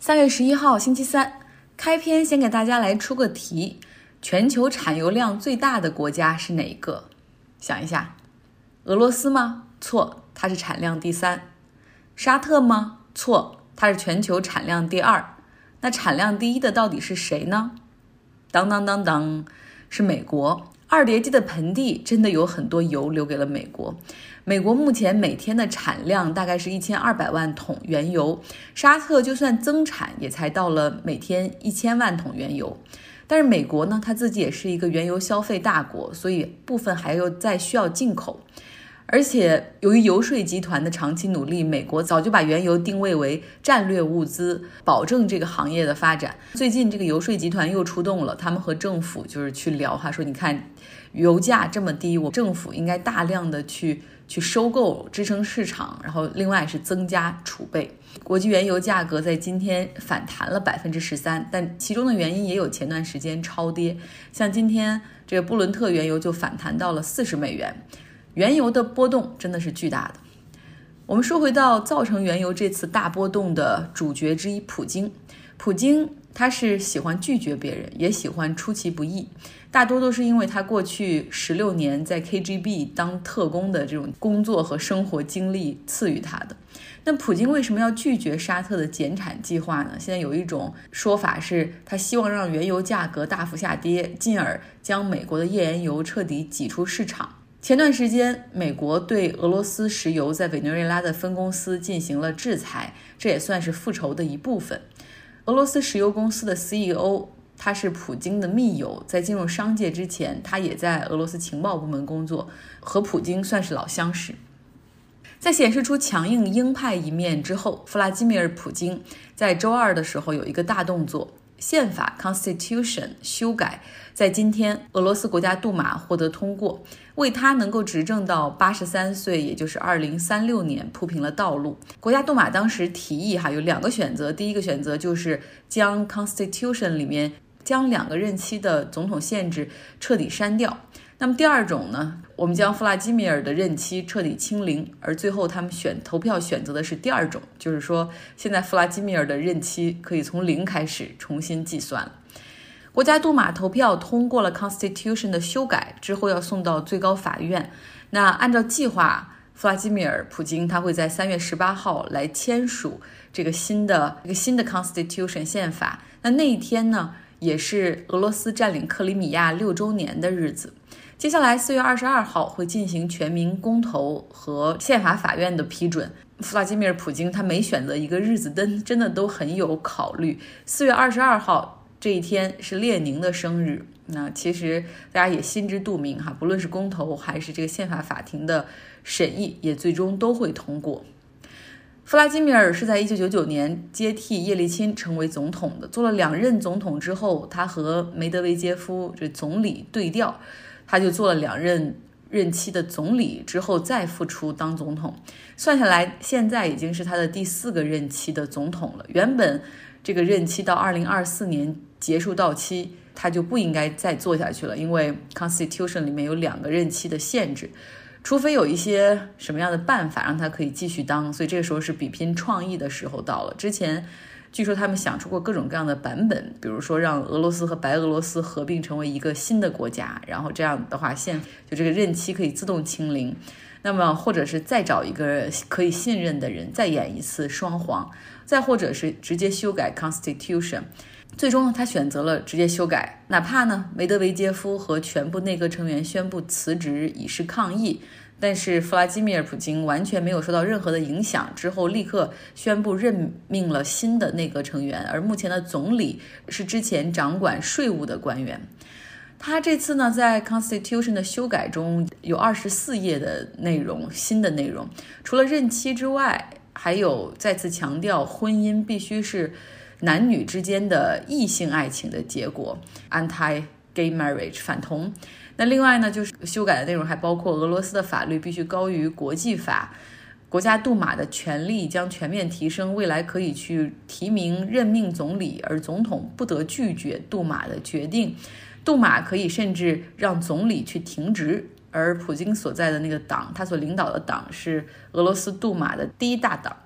3月11号星期三，开篇先给大家来出个题，全球产油量最大的国家是哪个？想一下，俄罗斯吗？错，它是产量第3。沙特吗？错，它是全球产量第2。那产量第1的到底是谁呢？当当当当，是美国。二叠纪的盆地真的有很多油留给了美国。美国目前每天的产量大概是1200万桶原油，沙特就算增产也才到了每天1000万桶原油。但是美国呢，它自己也是一个原油消费大国，所以部分还有在需要进口。而且由于游说集团的长期努力，美国早就把原油定位为战略物资，保证这个行业的发展。最近这个游说集团又出动了，他们和政府就是去聊，说你看油价这么低，我政府应该大量的去收购支撑市场，然后另外是增加储备。国际原油价格在今天反弹了13%，但其中的原因也有前段时间超跌，像今天这个布伦特原油就反弹到了40美元。原油的波动真的是巨大的。我们说回到造成原油这次大波动的主角之一普京。普京他是喜欢拒绝别人，也喜欢出其不意，大多都是因为他过去16年在 KGB 当特工的这种工作和生活经历赐予他的。那普京为什么要拒绝沙特的减产计划呢？现在有一种说法是他希望让原油价格大幅下跌，进而将美国的页岩油彻底挤出市场。前段时间，美国对俄罗斯石油在委内瑞拉的分公司进行了制裁，这也算是复仇的一部分。俄罗斯石油公司的 CEO 他是普京的密友，在进入商界之前，他也在俄罗斯情报部门工作，和普京算是老相识。在显示出强硬鹰派一面之后，弗拉基米尔·普京在周2的时候有一个大动作。宪法 Constitution 修改在今天俄罗斯国家杜马获得通过，为他能够执政到83岁，也就是2036年铺平了道路。国家杜马当时提议有2个选择，第一个选择就是将 Constitution 里面将2个任期的总统限制彻底删掉。那么第二种呢，我们将弗拉基米尔的任期彻底清零，而最后他们投票选择的是第二种，就是说现在弗拉基米尔的任期可以从0开始重新计算了。国家杜马投票通过了 Constitution 的修改之后，要送到最高法院。那按照计划，弗拉基米尔·普京他会在3月18号来签署这个新的 Constitution 宪法。那一天呢，也是俄罗斯占领克里米亚6周年的日子。接下来4月22号会进行全民公投和宪法法院的批准。弗拉基米尔·普京他每选择一个日子真的都很有考虑。4月22号这一天是列宁的生日，那其实大家也心知肚明不论是公投还是这个宪法法庭的审议，也最终都会通过。弗拉基米尔是在1999年接替叶利钦成为总统的，做了2任总统之后，他和梅德韦杰夫这总理对调，他就做了2任期的总理之后再复出当总统，算下来现在已经是他的第4个任期的总统了。原本这个任期到2024年结束到期，他就不应该再做下去了，因为 Constitution 里面有2个任期的限制，除非有一些什么样的办法让他可以继续当，所以这个时候是比拼创意的时候到了。之前据说他们想出过各种各样的版本，比如说让俄罗斯和白俄罗斯合并成为一个新的国家，然后这样的话就这个任期可以自动清零。那么或者是再找一个可以信任的人再演一次双簧，再或者是直接修改 Constitution。 最终他选择了直接修改，哪怕呢梅德韦杰夫和全部内阁成员宣布辞职以示抗议，但是弗拉基米尔·普京完全没有受到任何的影响，之后立刻宣布任命了新的内阁成员，而目前的总理是之前掌管税务的官员。他这次呢，在 Constitution 的修改中有24页的内容，新的内容，除了任期之外，还有再次强调婚姻必须是男女之间的异性爱情的结果 ，anti-gay marriage 反同。那另外呢，就是修改的内容还包括俄罗斯的法律必须高于国际法，国家杜马的权力将全面提升，未来可以去提名任命总理，而总统不得拒绝杜马的决定，杜马可以甚至让总理去停职。而普京所在的那个党，他所领导的党是俄罗斯杜马的第1大党。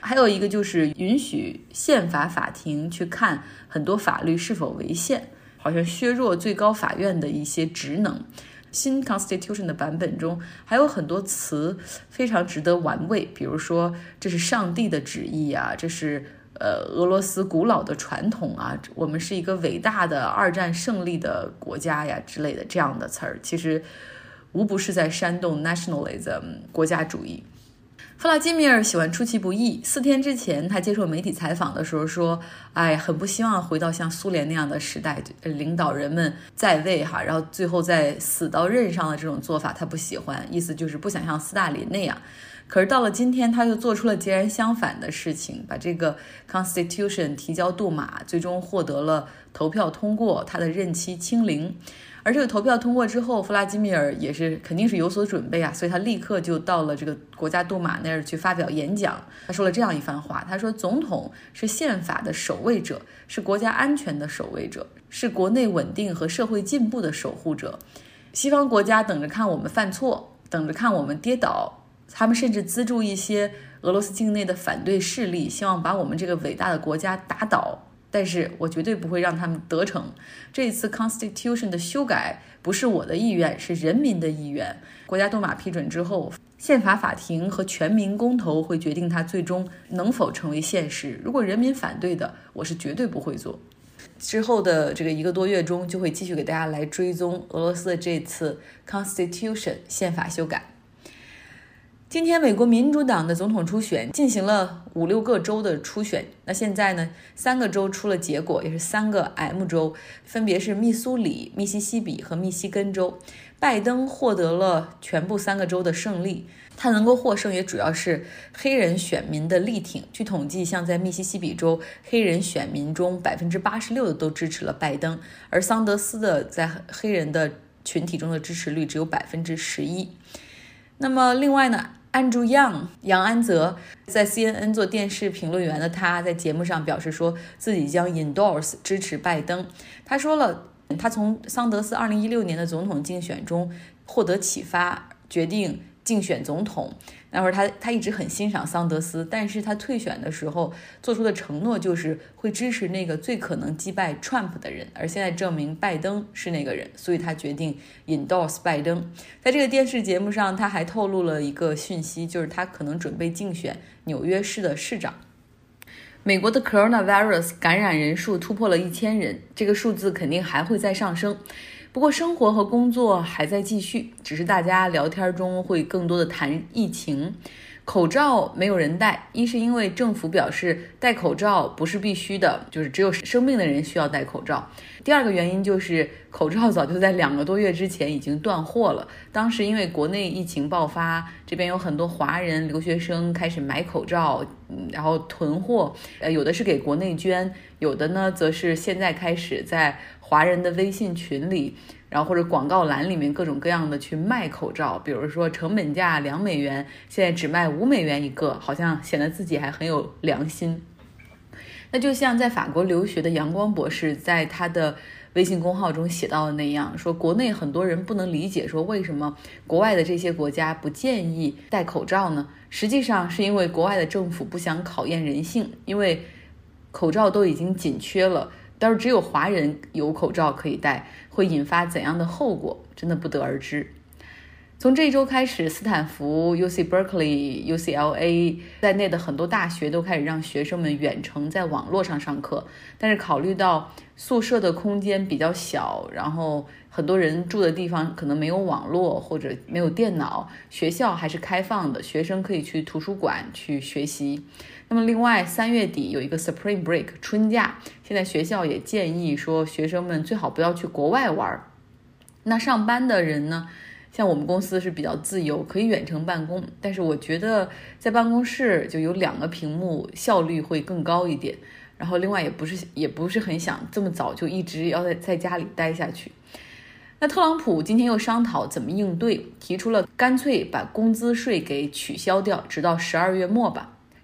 还有一个就是允许宪法法庭去看很多法律是否违宪，好像削弱最高法院的一些职能。新 Constitution 的版本中还有很多词非常值得玩味，比如说这是上帝的旨意啊，这是俄罗斯古老的传统啊，我们是一个伟大的二战胜利的国家呀之类的这样的词儿，其实无不是在煽动 nationalism 国家主义。弗拉基米尔喜欢出其不意，4天之前他接受媒体采访的时候说，很不希望回到像苏联那样的时代，领导人们在位然后最后再死到任上的这种做法他不喜欢，意思就是不想像斯大林那样。可是到了今天他又做出了截然相反的事情，把这个 Constitution 提交杜马，最终获得了投票通过，他的任期清零。而这个投票通过之后，弗拉基米尔也是肯定是有所准备啊，所以他立刻就到了这个国家杜马那儿去发表演讲。他说了这样一番话，他说总统是宪法的守卫者，是国家安全的守卫者，是国内稳定和社会进步的守护者。西方国家等着看我们犯错，等着看我们跌倒，他们甚至资助一些俄罗斯境内的反对势力，希望把我们这个伟大的国家打倒。但是我绝对不会让他们得逞。这一次 Constitution 的修改不是我的意愿，是人民的意愿。国家杜马批准之后，宪法法庭和全民公投会决定它最终能否成为现实。如果人民反对的，我是绝对不会做。之后的这个1个多月中，就会继续给大家来追踪俄罗斯的这次 Constitution 宪法修改。今天美国民主党的总统初选进行了5-6个州的初选，那现在呢3个州出了结果，也是3个 M 州，分别是密苏里、密西西比和密西根州。拜登获得了全部3个州的胜利，他能够获胜也主要是黑人选民的力挺。据统计，像在密西西比州，黑人选民中86%的都支持了拜登，而桑德斯的在黑人的群体中的支持率只有11%。那么另外呢，Andrew Yang 杨安泽在 CNN 做电视评论员的他在节目上表示说自己将 endorse 支持拜登。他说了，他从桑德斯2016年的总统竞选中获得启发，决定竞选总统。那会儿他一直很欣赏桑德斯，但是他退选的时候做出的承诺就是会支持那个最可能击败 Trump 的人，而现在证明拜登是那个人，所以他决定 endorse 拜登。在这个电视节目上，他还透露了一个讯息，就是他可能准备竞选纽约市的市长。美国的 coronavirus 感染人数突破了1000人，这个数字肯定还会再上升。不过生活和工作还在继续，只是大家聊天中会更多的谈疫情。口罩没有人戴，一是因为政府表示戴口罩不是必须的，就是只有生病的人需要戴口罩。第二个原因就是口罩早就在2个多月之前已经断货了，当时因为国内疫情爆发，这边有很多华人留学生开始买口罩，然后囤货，有的是给国内捐，有的呢则是现在开始在华人的微信群里，然后或者广告栏里面各种各样的去卖口罩，比如说成本价2美元，现在只卖5美元一个，好像显得自己还很有良心。那就像在法国留学的阳光博士在他的微信公号中写到的那样，说国内很多人不能理解说为什么国外的这些国家不建议戴口罩呢？实际上是因为国外的政府不想考验人性，因为口罩都已经紧缺了，但是只有华人有口罩可以戴，会引发怎样的后果，真的不得而知。从这一周开始，斯坦福、UC Berkeley、UCLA 在内的很多大学都开始让学生们远程在网络上上课，但是考虑到宿舍的空间比较小，然后很多人住的地方可能没有网络或者没有电脑，学校还是开放的，学生可以去图书馆去学习。那么另外3月底有一个 Spring Break 春假，现在学校也建议说学生们最好不要去国外玩。那上班的人呢，像我们公司是比较自由，可以远程办公，但是我觉得在办公室就有2个屏幕，效率会更高一点。然后另外也不是很想这么早就一直要在家里待下去。那特朗普今天又商讨怎么应对，提出了干脆把工资税给取消掉，直到12月末吧。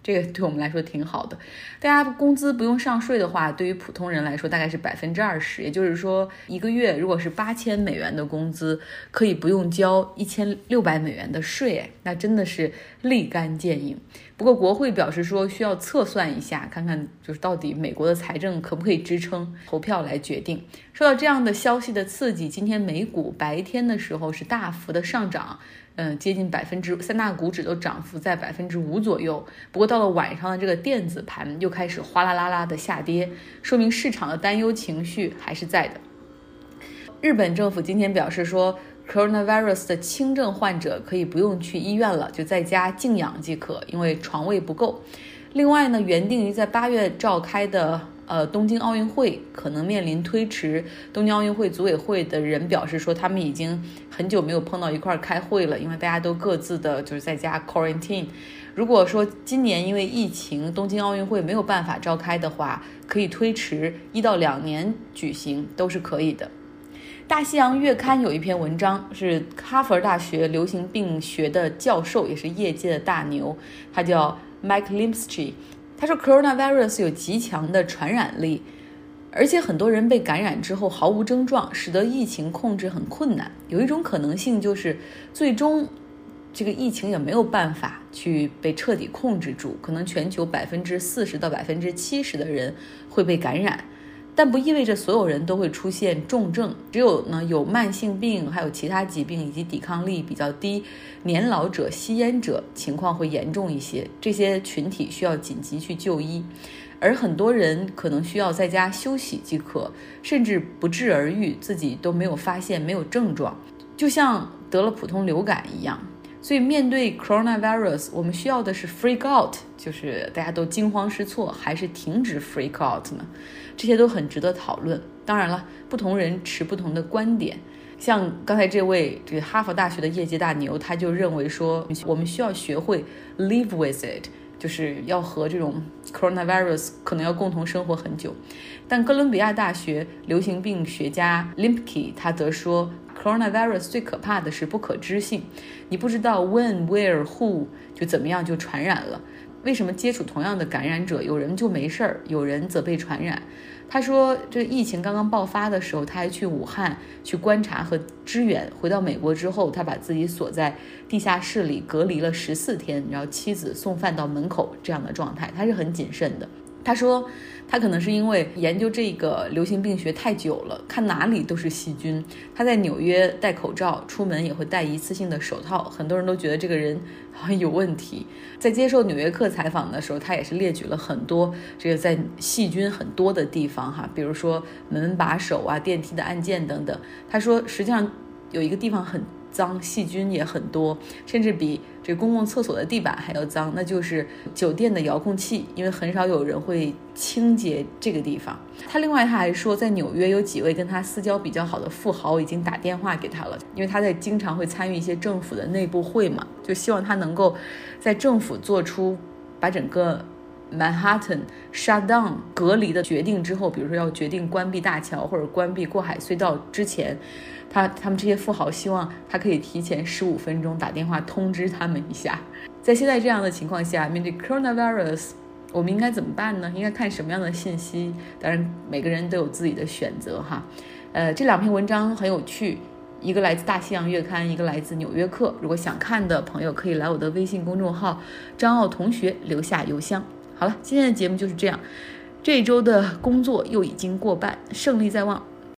这个对我们来说挺好的。大家工资不用上税的话，对于普通人来说大概是20%，也就是说一个月如果是$8000的工资，可以不用交$1600的税，那真的是立竿见影。不过国会表示说需要测算一下，看看就是到底美国的财政可不可以支撑，投票来决定。受到这样的消息的刺激，今天美股白天的时候是大幅的上涨，接近3大股指都涨幅在5%左右。不过到了晚上的这个电子盘又开始哗啦啦啦的下跌，说明市场的担忧情绪还是在的。日本政府今天表示说，coronavirus 的轻症患者可以不用去医院了，就在家静养即可，因为床位不够。另外呢，原定于在8月召开的东京奥运会可能面临推迟。东京奥运会组委会的人表示说，他们已经很久没有碰到一块开会了，因为大家都各自的就是在家 quarantine。如果说今年因为疫情东京奥运会没有办法召开的话，可以推迟1到2年举行，都是可以的。大西洋月刊有一篇文章，是哈佛大学流行病学的教授，也是业界的大牛，他叫 Mike Lipsky。 他说 coronavirus 有极强的传染力，而且很多人被感染之后毫无症状，使得疫情控制很困难。有一种可能性就是最终这个疫情也没有办法去被彻底控制住，可能全球40%到70%的人会被感染，但不意味着所有人都会出现重症，只有呢有慢性病，还有其他疾病以及抵抗力比较低、年老者、吸烟者情况会严重一些，这些群体需要紧急去就医。而很多人可能需要在家休息即可，甚至不治而愈，自己都没有发现，没有症状，就像得了普通流感一样。所以面对 coronavirus， 我们需要的是 freak out， 就是大家都惊慌失措，还是停止 freak out 呢？这些都很值得讨论。当然了，不同人持不同的观点。像刚才这位这个哈佛大学的业界大牛，他就认为说，我们需要学会 live with it， 就是要和这种 coronavirus 可能要共同生活很久。但哥伦比亚大学流行病学家 Lipsky 他则说， coronavirus 最可怕的是不可知性，你不知道 when where who 就怎么样就传染了。为什么接触同样的感染者，有人就没事儿，有人则被传染？他说这个疫情刚刚爆发的时候，他还去武汉去观察和支援，回到美国之后，他把自己锁在地下室里隔离了14天，然后妻子送饭到门口，这样的状态他是很谨慎的。他说他可能是因为研究这个流行病学太久了，看哪里都是细菌。他在纽约戴口罩，出门也会戴一次性的手套，很多人都觉得这个人好像有问题。在接受纽约客采访的时候，他也是列举了很多这个在细菌很多的地方哈，比如说门把手啊、电梯的按键等等。他说实际上有一个地方很脏，细菌也很多，甚至比这公共厕所的地板还要脏，那就是酒店的遥控器，因为很少有人会清洁这个地方。他还说，在纽约有几位跟他私交比较好的富豪已经打电话给他了，因为他在经常会参与一些政府的内部会嘛，就希望他能够在政府做出把整个Manhattan shut down 隔离的决定之后，比如说要决定关闭大桥或者关闭过海隧道之前，他们这些富豪希望他可以提前15分钟打电话通知他们一下。在现在这样的情况下，面对 coronavirus， 我们应该怎么办呢？应该看什么样的信息？当然每个人都有自己的选择哈。这2篇文章很有趣，一个来自大西洋月刊，一个来自纽约客。如果想看的朋友可以来我的微信公众号张奥同学留下邮箱。好了，今天的节目就是这样，这一周的工作又已经过半，胜利在望。